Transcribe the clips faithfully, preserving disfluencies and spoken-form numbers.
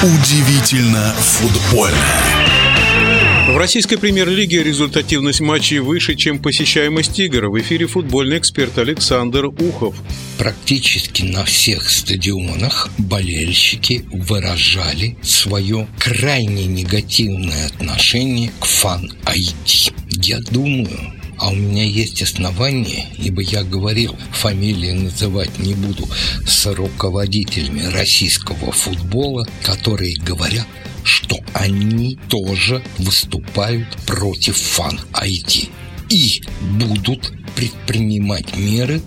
Удивительно футбольно. В российской премьер-лиге результативность матчей выше, чем посещаемость игр. В эфире футбольный эксперт Александр Ухов. Практически на всех стадионах болельщики выражали свое крайне негативное отношение к фан-ай ди. Я думаю, а у меня есть основания, ибо я говорил, фамилии называть не буду, с руководителями российского футбола, которые говорят, что они тоже выступают против фан-ай ди и будут предпринимать меры,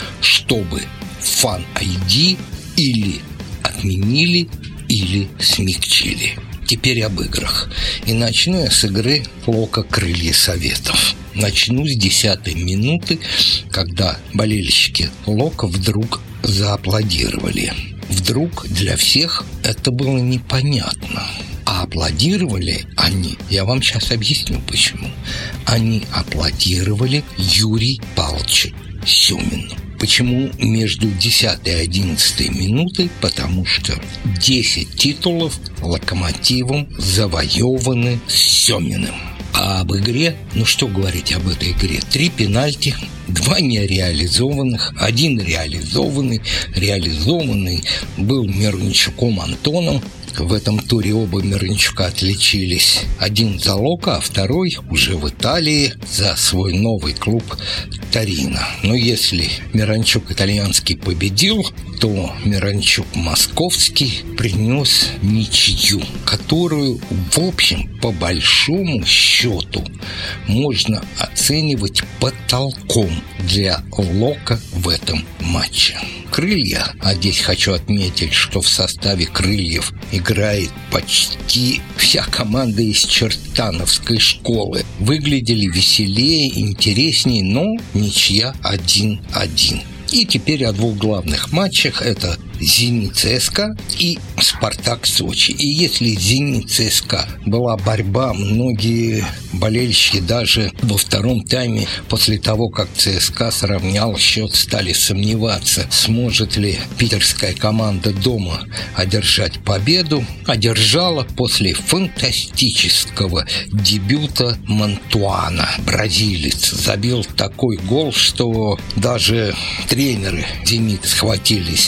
чтобы фан-ай ди или отменили, или смягчили. Теперь об играх. И начну я с игры Лока «Крылья Советов». Начну с десятой минуты, когда болельщики Лока вдруг зааплодировали. Вдруг для всех это было непонятно. А аплодировали они, я вам сейчас объясню почему. Они аплодировали Юрию Павловичу Семину. Почему между десятой и одиннадцатой минутой? Потому что десять титулов Локомотивом завоеваны Семиным. А об игре, ну что говорить об этой игре? Три пенальти, два нереализованных, один реализованный. Реализованный был Мирончуком Антоном. В этом туре оба Мирончука отличились. Один за Лока, а второй уже в Италии за свой новый клуб Торино. Но если Мирончук итальянский победил, то Мирончук московский принес ничью, которую, в общем, по большому счету можно оценивать потолком для Лока в этом матче. Крылья, а здесь хочу отметить, что в составе крыльев играет почти вся команда из чертановской школы. Выглядели веселее, интереснее, но ничья один-один. И теперь о двух главных матчах. Это «Зенит-ЦСКА» и «Спартак-Сочи». И если «Зенит-ЦСКА» была борьба, многие болельщики даже во втором тайме, после того, как ЦСКА сравнял счет, стали сомневаться, сможет ли питерская команда дома одержать победу. Одержала после фантастического дебюта Монтуана. Бразилец забил такой гол, что даже тренеры «Зенита» схватились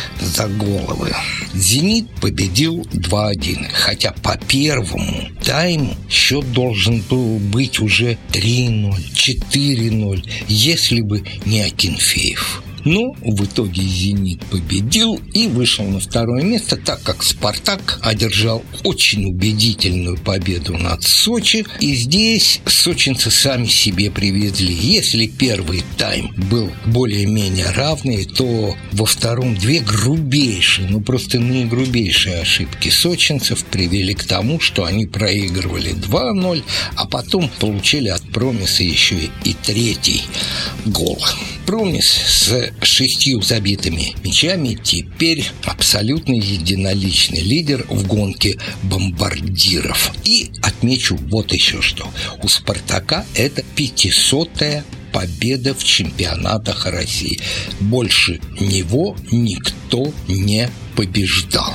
за головы. «Зенит» победил два-один, хотя по первому тайму счет должен был быть уже три-ноль, четыре-ноль, если бы не Акинфеев. Но в итоге «Зенит» победил и вышел на второе место, так как «Спартак» одержал очень убедительную победу над Сочи. И здесь сочинцы сами себе привезли. Если первый тайм был более-менее равный, то во втором две грубейшие, ну просто наигрубейшие ошибки сочинцев привели к тому, что они проигрывали два-ноль, а потом получили от Промиса еще и третий гол. Промис с шестью забитыми мячами теперь абсолютно единоличный лидер в гонке бомбардиров. И отмечу вот еще что. У «Спартака» это пятисотая победа в чемпионатах России. Больше него никто не побеждал.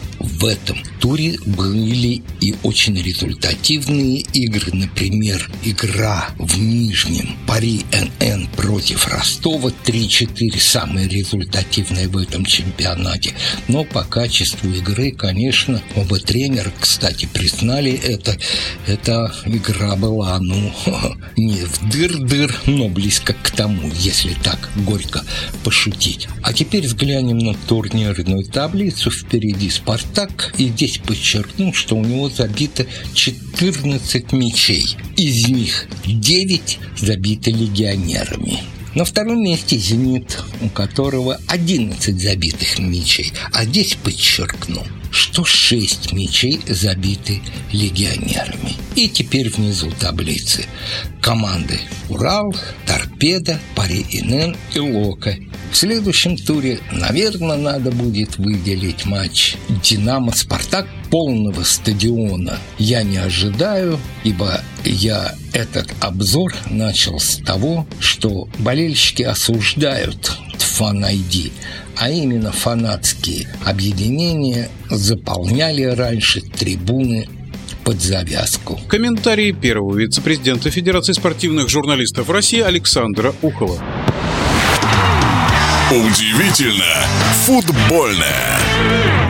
В этом туре были и очень результативные игры. Например, игра в Нижнем Пари-эн-эн против Ростова три-четыре, самая результативная в этом чемпионате. Но по качеству игры, конечно, оба тренера, кстати, признали это. Эта игра была, ну, не в дыр-дыр, но близко к тому, если так горько пошутить. А теперь взглянем на турнирную таблицу. Впереди «Спартак», и здесь подчеркну, что у него забито четырнадцать мячей. Из них девять забиты легионерами. На втором месте «Зенит», у которого одиннадцать забитых мячей. А здесь подчеркну, что шесть мячей забиты легионерами. И теперь внизу таблицы команды «Урал», «Торпедо», «Пари-эн-эн» и «Лока». В следующем туре, наверное, надо будет выделить матч «Динамо-Спартак». Полного стадиона я не ожидаю, ибо я этот обзор начал с того, что болельщики осуждают Fan ай ди, а именно фанатские объединения заполняли раньше трибуны под завязку. Комментарии первого вице-президента Федерации спортивных журналистов России Александра Ухова. Удивительно футбольное.